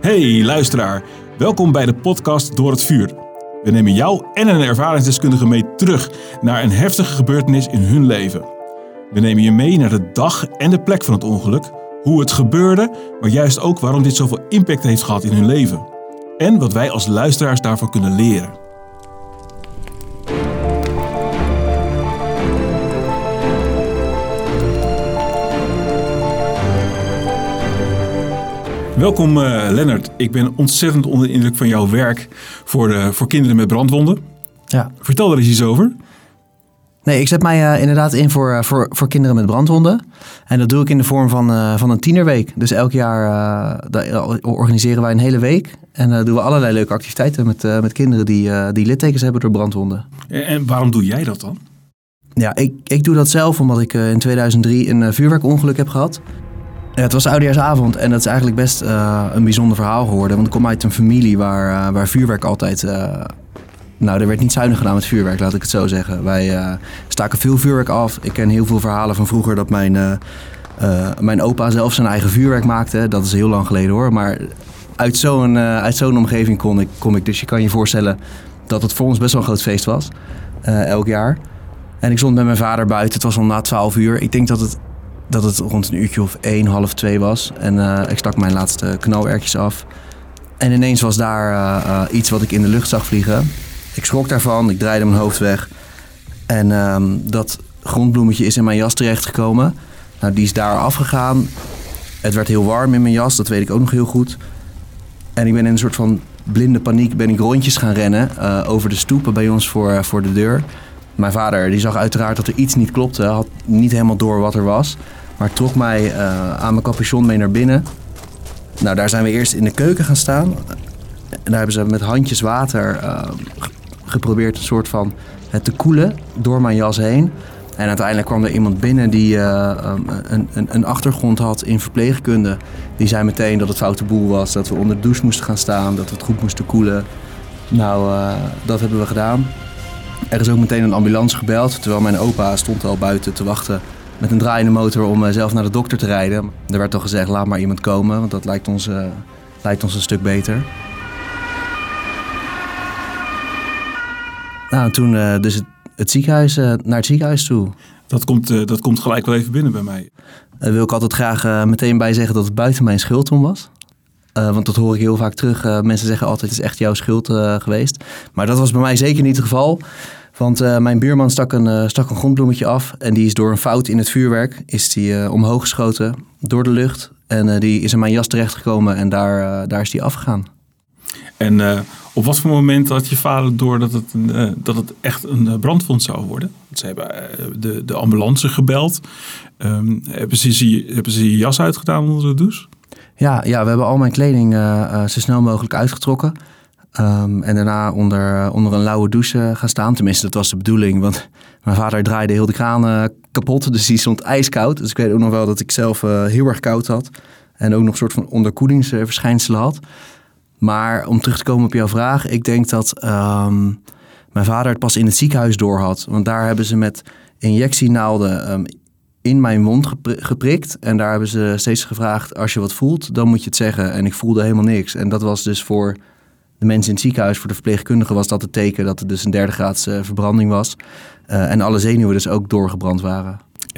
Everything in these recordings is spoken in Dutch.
Hey luisteraar, welkom bij de podcast Door het Vuur. We nemen jou en een ervaringsdeskundige mee terug naar een heftige gebeurtenis in hun leven. We nemen je mee naar de dag en de plek van het ongeluk, hoe het gebeurde, maar juist ook waarom dit zoveel impact heeft gehad in hun leven. En wat wij als luisteraars daarvan kunnen leren. Welkom Lennart, ik ben ontzettend onder de indruk van jouw werk voor kinderen met brandwonden. Ja. Vertel daar eens iets over. Nee, ik zet mij inderdaad in voor kinderen met brandwonden. En dat doe ik in de vorm van een tienerweek. Dus elk jaar organiseren wij een hele week. En doen we allerlei leuke activiteiten met kinderen die littekens hebben door brandwonden. En waarom doe jij dat dan? Ja, ik doe dat zelf omdat ik in 2003 een vuurwerkongeluk heb gehad. Het was oudejaarsavond en dat is eigenlijk best een bijzonder verhaal geworden. Want ik kom uit een familie waar vuurwerk altijd... er werd niet zuinig gedaan met vuurwerk, laat ik het zo zeggen. Wij staken veel vuurwerk af. Ik ken heel veel verhalen van vroeger dat mijn opa zelf zijn eigen vuurwerk maakte. Dat is heel lang geleden hoor. Maar uit zo'n omgeving kom ik. Dus je kan je voorstellen dat het voor ons best wel een groot feest was. Elk jaar. En ik stond met mijn vader buiten. Het was al na 12 uur. Ik denk dat het rond een uurtje of 1, half 2 was. En ik stak mijn laatste knalwerkjes af. En ineens was daar iets wat ik in de lucht zag vliegen. Ik schrok daarvan, ik draaide mijn hoofd weg. En dat grondbloemetje is in mijn jas terechtgekomen. Nou, die is daar afgegaan. Het werd heel warm in mijn jas, dat weet ik ook nog heel goed. En ik ben in een soort van blinde paniek rondjes gaan rennen over de stoepen bij ons voor de deur. Mijn vader die zag uiteraard dat er iets niet klopte, had niet helemaal door wat er was. Maar trok mij aan mijn capuchon mee naar binnen. Nou, daar zijn we eerst in de keuken gaan staan. En daar hebben ze met handjes water geprobeerd een soort van het te koelen door mijn jas heen. En uiteindelijk kwam er iemand binnen die een achtergrond had in verpleegkunde. Die zei meteen dat het foute boel was, dat we onder de douche moesten gaan staan, dat we het goed moesten koelen. Nou, dat hebben we gedaan. Er is ook meteen een ambulance gebeld, terwijl mijn opa stond al buiten te wachten met een draaiende motor om zelf naar de dokter te rijden. Er werd toch gezegd, laat maar iemand komen, want dat lijkt ons een stuk beter. Nou, toen dus naar het ziekenhuis toe. Dat komt gelijk wel even binnen bij mij. Wil ik altijd graag meteen bij zeggen dat het buiten mijn schuld toen was. Want dat hoor ik heel vaak terug. Mensen zeggen altijd, het is echt jouw schuld geweest. Maar dat was bij mij zeker niet het geval. Want mijn buurman stak een grondbloemetje af. En die is door een fout in het vuurwerk omhoog geschoten door de lucht. En die is in mijn jas terechtgekomen en daar is die afgegaan. En op wat voor moment had je vader door dat het echt een brandwond zou worden? Want ze hebben de ambulance gebeld. Hebben ze je jas uitgedaan onder de douche? Ja, we hebben al mijn kleding zo snel mogelijk uitgetrokken. En daarna onder een lauwe douche gaan staan. Tenminste, dat was de bedoeling. Want mijn vader draaide heel de kraan kapot. Dus die stond ijskoud. Dus ik weet ook nog wel dat ik zelf heel erg koud had. En ook nog een soort van onderkoelingsverschijnselen had. Maar om terug te komen op jouw vraag. Ik denk dat mijn vader het pas in het ziekenhuis door had. Want daar hebben ze met injectienaalden in mijn mond geprikt. En daar hebben ze steeds gevraagd, als je wat voelt, dan moet je het zeggen. En ik voelde helemaal niks. En dat was dus voor de mensen in het ziekenhuis, voor de verpleegkundigen, was dat het teken dat het dus een 3e graads verbranding was. En alle zenuwen dus ook doorgebrand waren.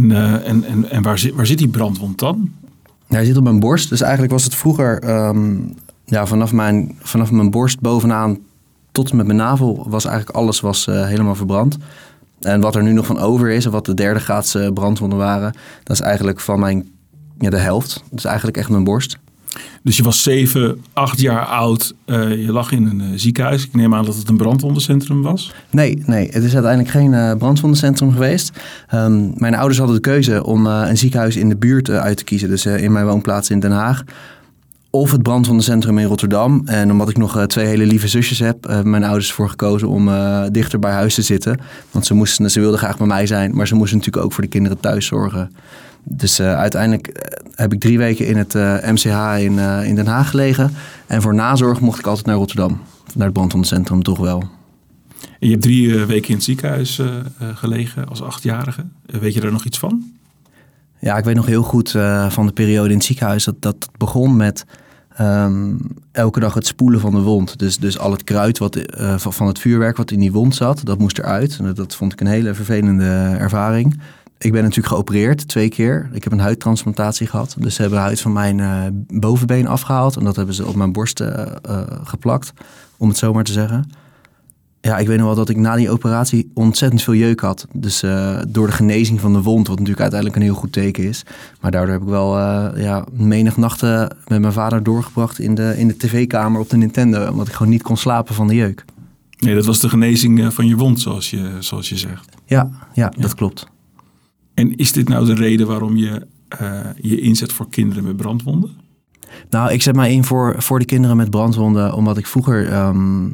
En waar zit die brandwond dan? Hij zit op mijn borst. Dus eigenlijk was het vroeger vanaf mijn borst bovenaan tot met mijn navel was eigenlijk alles helemaal verbrand. En wat er nu nog van over is, en wat de 3e graads brandwonden waren, dat is eigenlijk van de helft. Dat is eigenlijk echt mijn borst. Dus je was 7, 8 jaar oud. Je lag in een ziekenhuis. Ik neem aan dat het een brandwondencentrum was. Nee. Het is uiteindelijk geen brandwondencentrum geweest. Mijn ouders hadden de keuze om een ziekenhuis in de buurt uit te kiezen. Dus in mijn woonplaats in Den Haag. Of het brandwondencentrum in Rotterdam. En omdat ik nog 2 hele lieve zusjes heb, hebben mijn ouders ervoor gekozen om dichter bij huis te zitten. Want ze wilden graag bij mij zijn, maar ze moesten natuurlijk ook voor de kinderen thuis zorgen. Dus uiteindelijk heb ik 3 weken in het MCH in Den Haag gelegen. En voor nazorg mocht ik altijd naar Rotterdam. Naar het brandwondencentrum toch wel. En je hebt 3 weken in het ziekenhuis gelegen als 8-jarige. Weet je daar nog iets van? Ja, ik weet nog heel goed van de periode in het ziekenhuis. Dat begon met Elke dag het spoelen van de wond. Dus al het kruid van het vuurwerk wat in die wond zat, dat moest eruit. En dat vond ik een hele vervelende ervaring. Ik ben natuurlijk geopereerd 2 keer. Ik heb een huidtransplantatie gehad. Dus ze hebben huid van mijn bovenbeen afgehaald. En dat hebben ze op mijn borst geplakt, om het zo maar te zeggen. Ja, ik weet nog wel dat ik na die operatie ontzettend veel jeuk had. Dus door de genezing van de wond, wat natuurlijk uiteindelijk een heel goed teken is. Maar daardoor heb ik wel menig nachten met mijn vader doorgebracht in de tv-kamer op de Nintendo. Omdat ik gewoon niet kon slapen van de jeuk. Nee, dat was de genezing van je wond, zoals je zegt. Ja, dat klopt. En is dit nou de reden waarom je je inzet voor kinderen met brandwonden? Nou, ik zet mij in voor de kinderen met brandwonden, omdat ik vroeger...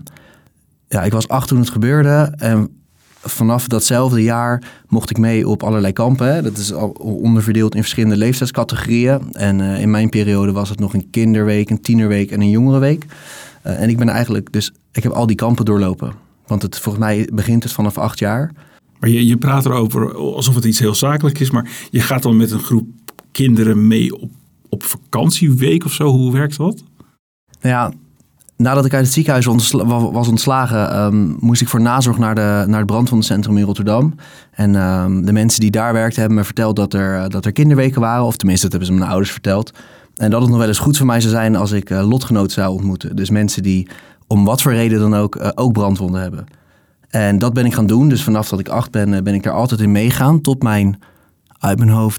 ik was 8 toen het gebeurde en vanaf datzelfde jaar mocht ik mee op allerlei kampen. Hè. Dat is al onderverdeeld in verschillende leeftijdscategorieën. En in mijn periode was het nog een kinderweek, een tienerweek en een jongerenweek. En ik ben eigenlijk ik heb al die kampen doorlopen. Want volgens mij begint het vanaf 8 jaar. Maar je praat erover alsof het iets heel zakelijk is, maar je gaat dan met een groep kinderen mee op vakantieweek of zo. Hoe werkt dat? Nou ja, nadat ik uit het ziekenhuis was ontslagen, moest ik voor nazorg naar het brandwondencentrum in Rotterdam. En de mensen die daar werkten hebben me verteld dat er kinderweken waren. Of tenminste, dat hebben ze mijn ouders verteld. En dat het nog wel eens goed voor mij zou zijn als ik lotgenoten zou ontmoeten. Dus mensen die om wat voor reden dan ook brandwonden hebben. En dat ben ik gaan doen. Dus vanaf dat ik 8 ben ik daar altijd in meegaan. Tot mijn, uit mijn hoofd,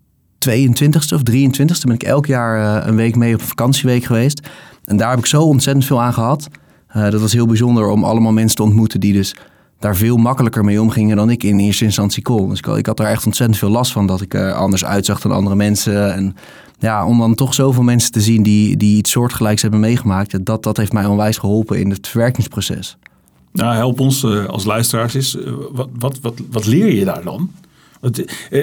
22e of 23e ben ik elk jaar een week mee op een vakantieweek geweest. En daar heb ik zo ontzettend veel aan gehad. Dat was heel bijzonder om allemaal mensen te ontmoeten die dus daar veel makkelijker mee omgingen dan ik in eerste instantie kon. Dus ik had daar echt ontzettend veel last van dat ik er anders uitzag dan andere mensen. En ja, om dan toch zoveel mensen te zien die iets soortgelijks hebben meegemaakt, dat heeft mij onwijs geholpen in het verwerkingsproces. Nou, help ons als luisteraars eens. Wat leer je daar dan? Want,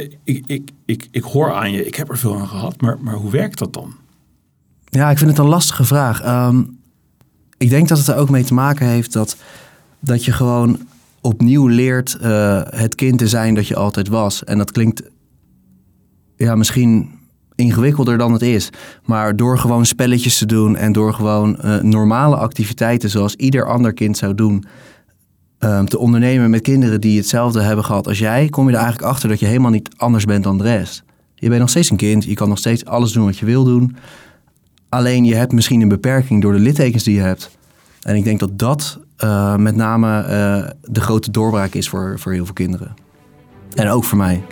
ik hoor aan je, ik heb er veel aan gehad, maar hoe werkt dat dan? Ja, ik vind het een lastige vraag. Ik denk dat het er ook mee te maken heeft dat je gewoon opnieuw leert het kind te zijn dat je altijd was. En dat klinkt misschien ingewikkelder dan het is. Maar door gewoon spelletjes te doen en door gewoon normale activiteiten zoals ieder ander kind zou doen, te ondernemen met kinderen die hetzelfde hebben gehad als jij, kom je er eigenlijk achter dat je helemaal niet anders bent dan de rest. Je bent nog steeds een kind, je kan nog steeds alles doen wat je wil doen. Alleen je hebt misschien een beperking door de littekens die je hebt. En ik denk dat met name de grote doorbraak is voor heel veel kinderen. En ook voor mij.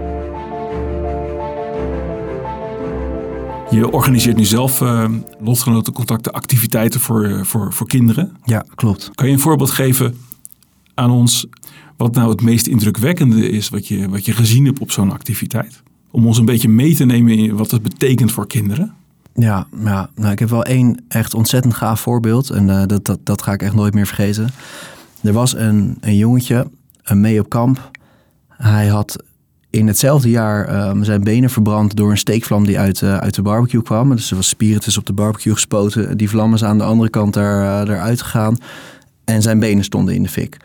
Je organiseert nu zelf lotgenotencontacten, activiteiten voor kinderen. Ja, klopt. Kan je een voorbeeld geven aan ons wat nou het meest indrukwekkende is wat je gezien hebt op zo'n activiteit? Om ons een beetje mee te nemen in wat het betekent voor kinderen. Ja, nou, ik heb wel 1 echt ontzettend gaaf voorbeeld. En dat ga ik echt nooit meer vergeten. Er was een jongetje mee op kamp. Hij had in hetzelfde jaar zijn benen verbrand door een steekvlam die uit de barbecue kwam. Dus er was spiritus op de barbecue gespoten. Die vlammen zijn aan de andere kant eruit gegaan. En zijn benen stonden in de fik.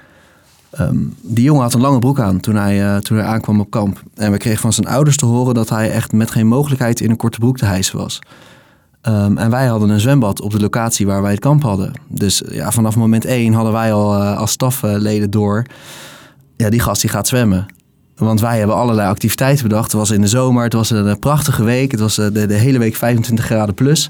Die jongen had een lange broek aan toen hij aankwam op kamp. En we kregen van zijn ouders te horen dat hij echt met geen mogelijkheid in een korte broek te hijsen was. En wij hadden een zwembad op de locatie waar wij het kamp hadden. Dus ja, vanaf moment 1 hadden wij al als stafleden door. Ja, die gast die gaat zwemmen. Want wij hebben allerlei activiteiten bedacht. Het was in de zomer, het was een prachtige week. Het was de hele week 25 graden plus.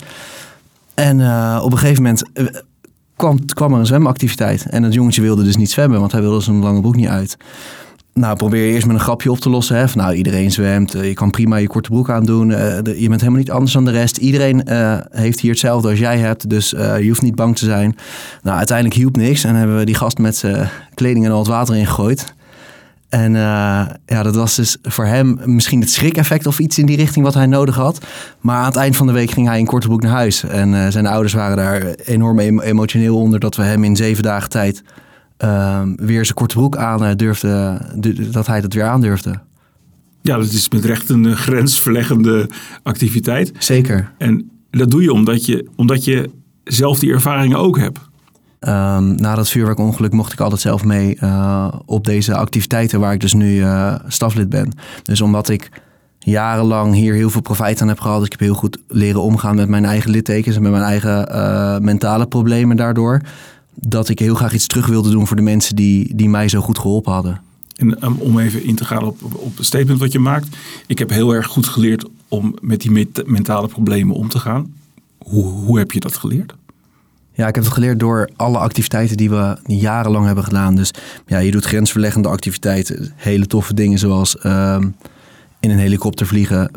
En op een gegeven moment kwam er een zwemactiviteit. En het jongetje wilde dus niet zwemmen, want hij wilde zijn lange broek niet uit. Nou, probeer je eerst met een grapje op te lossen. Hè? Van, nou, iedereen zwemt. Je kan prima je korte broek aandoen. Je bent helemaal niet anders dan de rest. Iedereen heeft hier hetzelfde als jij hebt. Dus je hoeft niet bang te zijn. Nou, uiteindelijk hielp niks. En hebben we die gast met zijn kleding en al het water ingegooid. En dat was dus voor hem misschien het schrikeffect of iets in die richting wat hij nodig had. Maar aan het eind van de week ging hij in korte broek naar huis. En zijn ouders waren daar enorm emotioneel onder dat we hem in 7 dagen tijd weer zijn korte broek aan durfde, dat hij dat weer aandurfde. Ja, dat is met recht een grensverleggende activiteit. Zeker. En dat doe je omdat je zelf die ervaringen ook hebt. Na dat vuurwerkongeluk mocht ik altijd zelf mee op deze activiteiten waar ik dus nu staflid ben. Dus omdat ik jarenlang hier heel veel profijt aan heb gehad. Dus ik heb heel goed leren omgaan met mijn eigen littekens en met mijn eigen mentale problemen daardoor. Dat ik heel graag iets terug wilde doen voor de mensen die mij zo goed geholpen hadden. En om even in te gaan op het statement wat je maakt. Ik heb heel erg goed geleerd om met die mentale problemen om te gaan. Hoe heb je dat geleerd? Ja, ik heb het geleerd door alle activiteiten die we jarenlang hebben gedaan. Dus ja, je doet grensverleggende activiteiten. Hele toffe dingen zoals in een helikopter vliegen.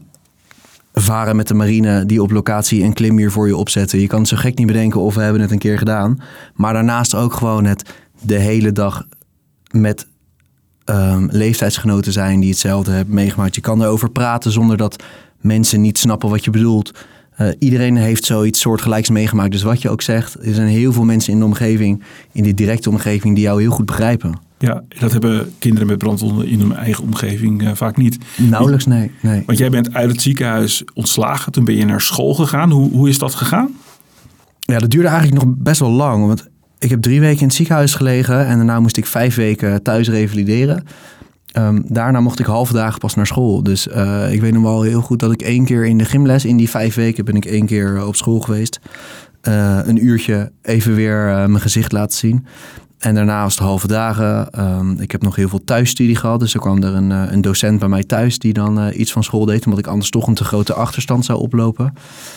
Varen met de marine die op locatie een klimmuur voor je opzetten. Je kan het zo gek niet bedenken of we hebben het een keer gedaan. Maar daarnaast ook gewoon het de hele dag met leeftijdsgenoten zijn die hetzelfde hebben meegemaakt. Je kan erover praten zonder dat mensen niet snappen wat je bedoelt. Iedereen heeft zoiets soortgelijks meegemaakt. Dus wat je ook zegt, er zijn heel veel mensen in de omgeving, in die directe omgeving, die jou heel goed begrijpen. Ja, dat hebben kinderen met brandwonden in hun eigen omgeving vaak niet. Nauwelijks, nee. Want jij bent uit het ziekenhuis ontslagen. Toen ben je naar school gegaan. Hoe is dat gegaan? Ja, dat duurde eigenlijk nog best wel lang. Want ik heb 3 weken in het ziekenhuis gelegen en daarna moest ik 5 weken thuis revalideren. Daarna mocht ik halve dagen pas naar school. Dus ik weet nog wel heel goed dat ik 1 keer in de gymles, in die 5 weken ben ik 1 keer op school geweest. Een uurtje even weer mijn gezicht laten zien. En daarna was het halve dagen. Ik heb nog heel veel thuisstudie gehad. Dus er kwam er een docent bij mij thuis die dan iets van school deed. Omdat ik anders toch een te grote achterstand zou oplopen.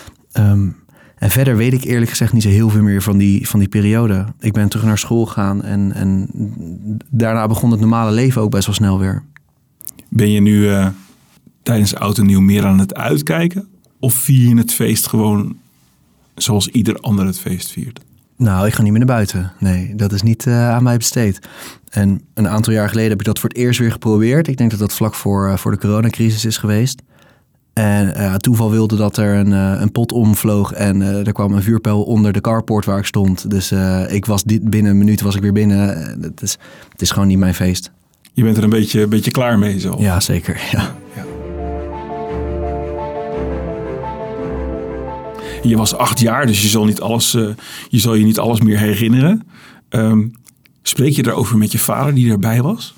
En verder weet ik eerlijk gezegd niet zo heel veel meer van die periode. Ik ben terug naar school gegaan en daarna begon het normale leven ook best wel snel weer. Ben je nu tijdens Oud en Nieuw meer aan het uitkijken? Of vier je het feest gewoon zoals ieder ander het feest viert? Nou, ik ga niet meer naar buiten. Nee, dat is niet aan mij besteed. En een aantal jaar geleden heb ik dat voor het eerst weer geprobeerd. Ik denk dat dat vlak voor de coronacrisis is geweest. En toeval wilde dat er een pot omvloog en er kwam een vuurpijl onder de carport waar ik stond. Dus ik was binnen een minuut was ik weer binnen. Het is gewoon niet mijn feest. Je bent er een beetje klaar mee zo? Ja, zeker. Ja. Je was 8 jaar, dus je zal je niet alles meer herinneren. Spreek je daarover met je vader die erbij was?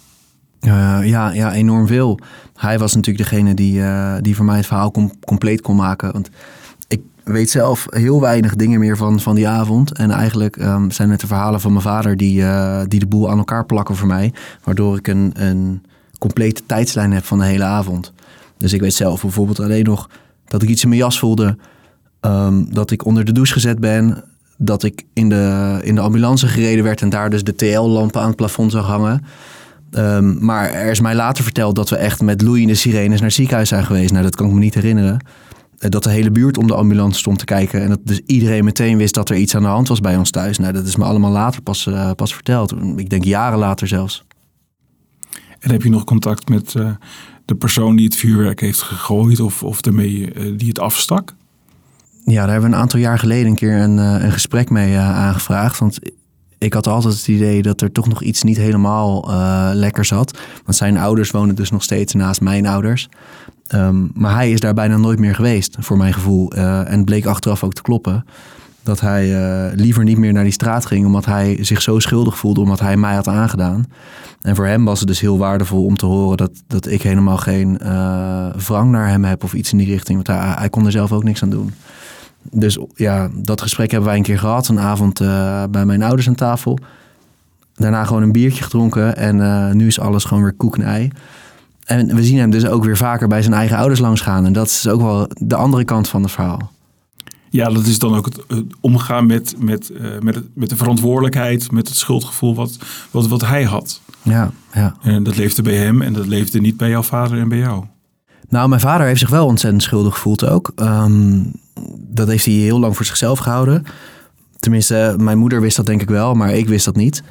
Ja, enorm veel. Hij was natuurlijk degene die voor mij het verhaal compleet kon maken. Want ik weet zelf heel weinig dingen meer van die avond. En eigenlijk zijn het de verhalen van mijn vader die de boel aan elkaar plakken voor mij. Waardoor ik een complete tijdslijn heb van de hele avond. Dus ik weet zelf bijvoorbeeld alleen nog dat ik iets in mijn jas voelde. Dat ik onder de douche gezet ben. Dat ik in de ambulance gereden werd en daar dus de TL-lampen aan het plafond zag hangen. Maar er is mij later verteld dat we echt met loeiende sirenes naar het ziekenhuis zijn geweest. Nou, dat kan ik me niet herinneren. Dat de hele buurt om de ambulance stond te kijken. En dat dus iedereen meteen wist dat er iets aan de hand was bij ons thuis. Nou, dat is me allemaal later pas verteld. Ik denk jaren later zelfs. En heb je nog contact met de persoon die het vuurwerk heeft gegooid of daarmee die het afstak? Ja, daar hebben we een aantal jaar geleden een keer een gesprek mee aangevraagd. Want ik had altijd het idee dat er toch nog iets niet helemaal lekker zat. Want zijn ouders wonen dus nog steeds naast mijn ouders. Maar hij is daar bijna nooit meer geweest, voor mijn gevoel. En het bleek achteraf ook te kloppen. Dat hij liever niet meer naar die straat ging, omdat hij zich zo schuldig voelde, omdat hij mij had aangedaan. En voor hem was het dus heel waardevol om te horen dat ik helemaal geen wrang naar hem heb of iets in die richting. Want hij kon er zelf ook niks aan doen. Dus ja, dat gesprek hebben wij een keer gehad. Een avond bij mijn ouders aan tafel. Daarna gewoon een biertje gedronken. En nu is alles gewoon weer koek en ei. En we zien hem dus ook weer vaker bij zijn eigen ouders langs gaan. En dat is ook wel de andere kant van het verhaal. Ja, dat is dan ook het omgaan met de verantwoordelijkheid. Met het schuldgevoel wat hij had. Ja. En dat leefde bij hem en dat leefde niet bij jouw vader en bij jou. Nou, mijn vader heeft zich wel ontzettend schuldig gevoeld ook. Dat heeft hij heel lang voor zichzelf gehouden. Tenminste, mijn moeder wist dat denk ik wel, maar ik wist dat niet.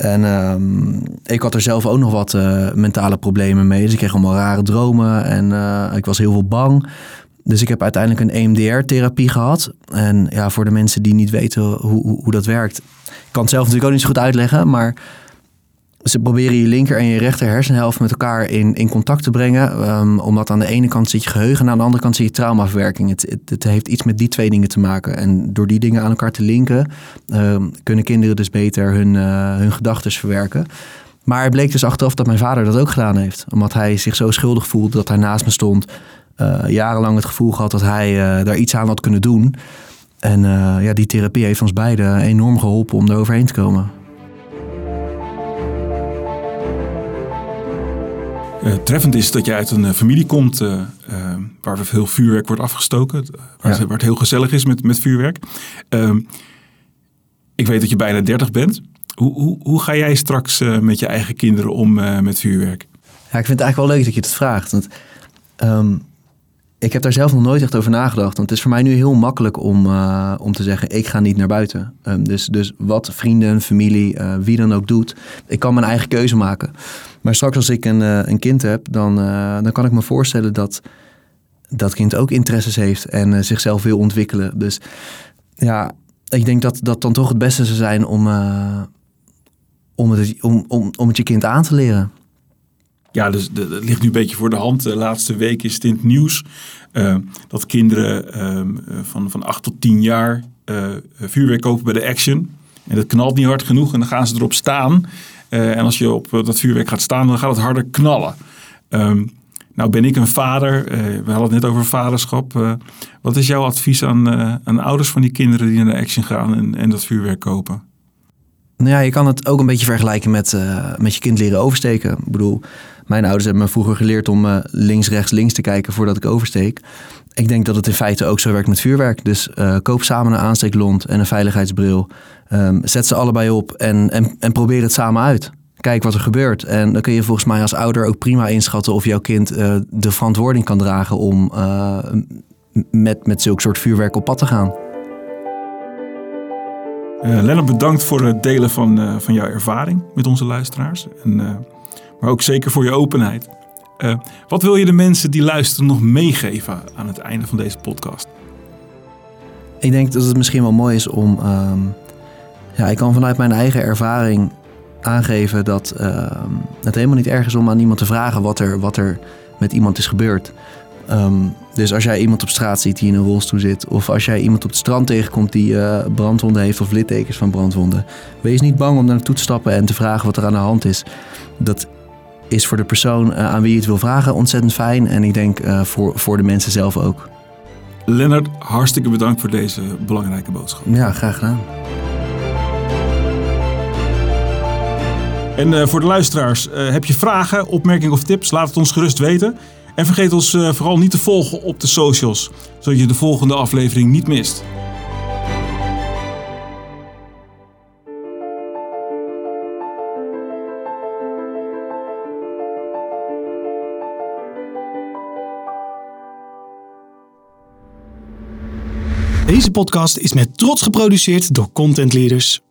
En ik had er zelf ook nog wat mentale problemen mee. Dus ik kreeg allemaal rare dromen en ik was heel veel bang. Dus ik heb uiteindelijk een EMDR-therapie gehad. En ja, voor de mensen die niet weten hoe dat werkt. Ik kan het zelf natuurlijk ook niet zo goed uitleggen, maar ze proberen je linker en je rechter hersenhelft met elkaar in contact te brengen. Omdat aan de ene kant zit je geheugen en aan de andere kant zit je traumaverwerking. Het heeft iets met die 2 dingen te maken. En door die dingen aan elkaar te linken, kunnen kinderen dus beter hun gedachten verwerken. Maar het bleek dus achteraf dat mijn vader dat ook gedaan heeft. Omdat hij zich zo schuldig voelde dat hij naast me stond. Jarenlang het gevoel gehad dat hij daar iets aan had kunnen doen. En die therapie heeft ons beiden enorm geholpen om er overheen te komen. Treffend is dat je uit een familie komt waar veel vuurwerk wordt afgestoken. Waar het heel gezellig is met vuurwerk. Ik weet dat je bijna 30 bent. Hoe ga jij straks met je eigen kinderen om met vuurwerk? Ja, ik vind het eigenlijk wel leuk dat je het vraagt. Want, ik heb daar zelf nog nooit echt over nagedacht. Want het is voor mij nu heel makkelijk om te zeggen, ik ga niet naar buiten. Dus wat vrienden, familie, wie dan ook doet. Ik kan mijn eigen keuze maken. Maar straks als ik een kind heb, dan kan ik me voorstellen dat dat kind ook interesses heeft en zichzelf wil ontwikkelen. Dus ja, ik denk dat dat dan toch het beste zou zijn om het je kind aan te leren. Ja, dus het ligt nu een beetje voor de hand. De laatste week is het in het nieuws dat kinderen van 8 tot 10 jaar vuurwerk kopen bij de Action. En dat knalt niet hard genoeg en dan gaan ze erop staan. En als je op dat vuurwerk gaat staan, dan gaat het harder knallen. Nou ben ik een vader. We hadden het net over vaderschap. Wat is jouw advies aan ouders van die kinderen die naar de Action gaan en dat vuurwerk kopen? Nou ja, je kan het ook een beetje vergelijken met je kind leren oversteken. Ik bedoel, mijn ouders hebben me vroeger geleerd om links, rechts, links te kijken voordat ik oversteek. Ik denk dat het in feite ook zo werkt met vuurwerk. Dus koop samen een aansteeklont en een veiligheidsbril. Zet ze allebei op en probeer het samen uit. Kijk wat er gebeurt. En dan kun je volgens mij als ouder ook prima inschatten of jouw kind de verantwoording kan dragen om met zulk soort vuurwerk op pad te gaan. Lennart, bedankt voor het delen van jouw ervaring met onze luisteraars. Maar ook zeker voor je openheid. Wat wil je de mensen die luisteren nog meegeven aan het einde van deze podcast? Ik denk dat het misschien wel mooi is om... ik kan vanuit mijn eigen ervaring aangeven dat het helemaal niet erg is om aan iemand te vragen wat er met iemand is gebeurd. Dus als jij iemand op straat ziet die in een rolstoel zit, of als jij iemand op het strand tegenkomt die brandwonden heeft of littekens van brandwonden, wees niet bang om naar naartoe te stappen en te vragen wat er aan de hand is. Dat is voor de persoon aan wie je het wil vragen ontzettend fijn en ik denk voor de mensen zelf ook. Lennart, hartstikke bedankt voor deze belangrijke boodschap. Ja, graag gedaan. En voor de luisteraars, heb je vragen, opmerkingen of tips? Laat het ons gerust weten. En vergeet ons vooral niet te volgen op de socials, zodat je de volgende aflevering niet mist. Deze podcast is met trots geproduceerd door Content Leaders.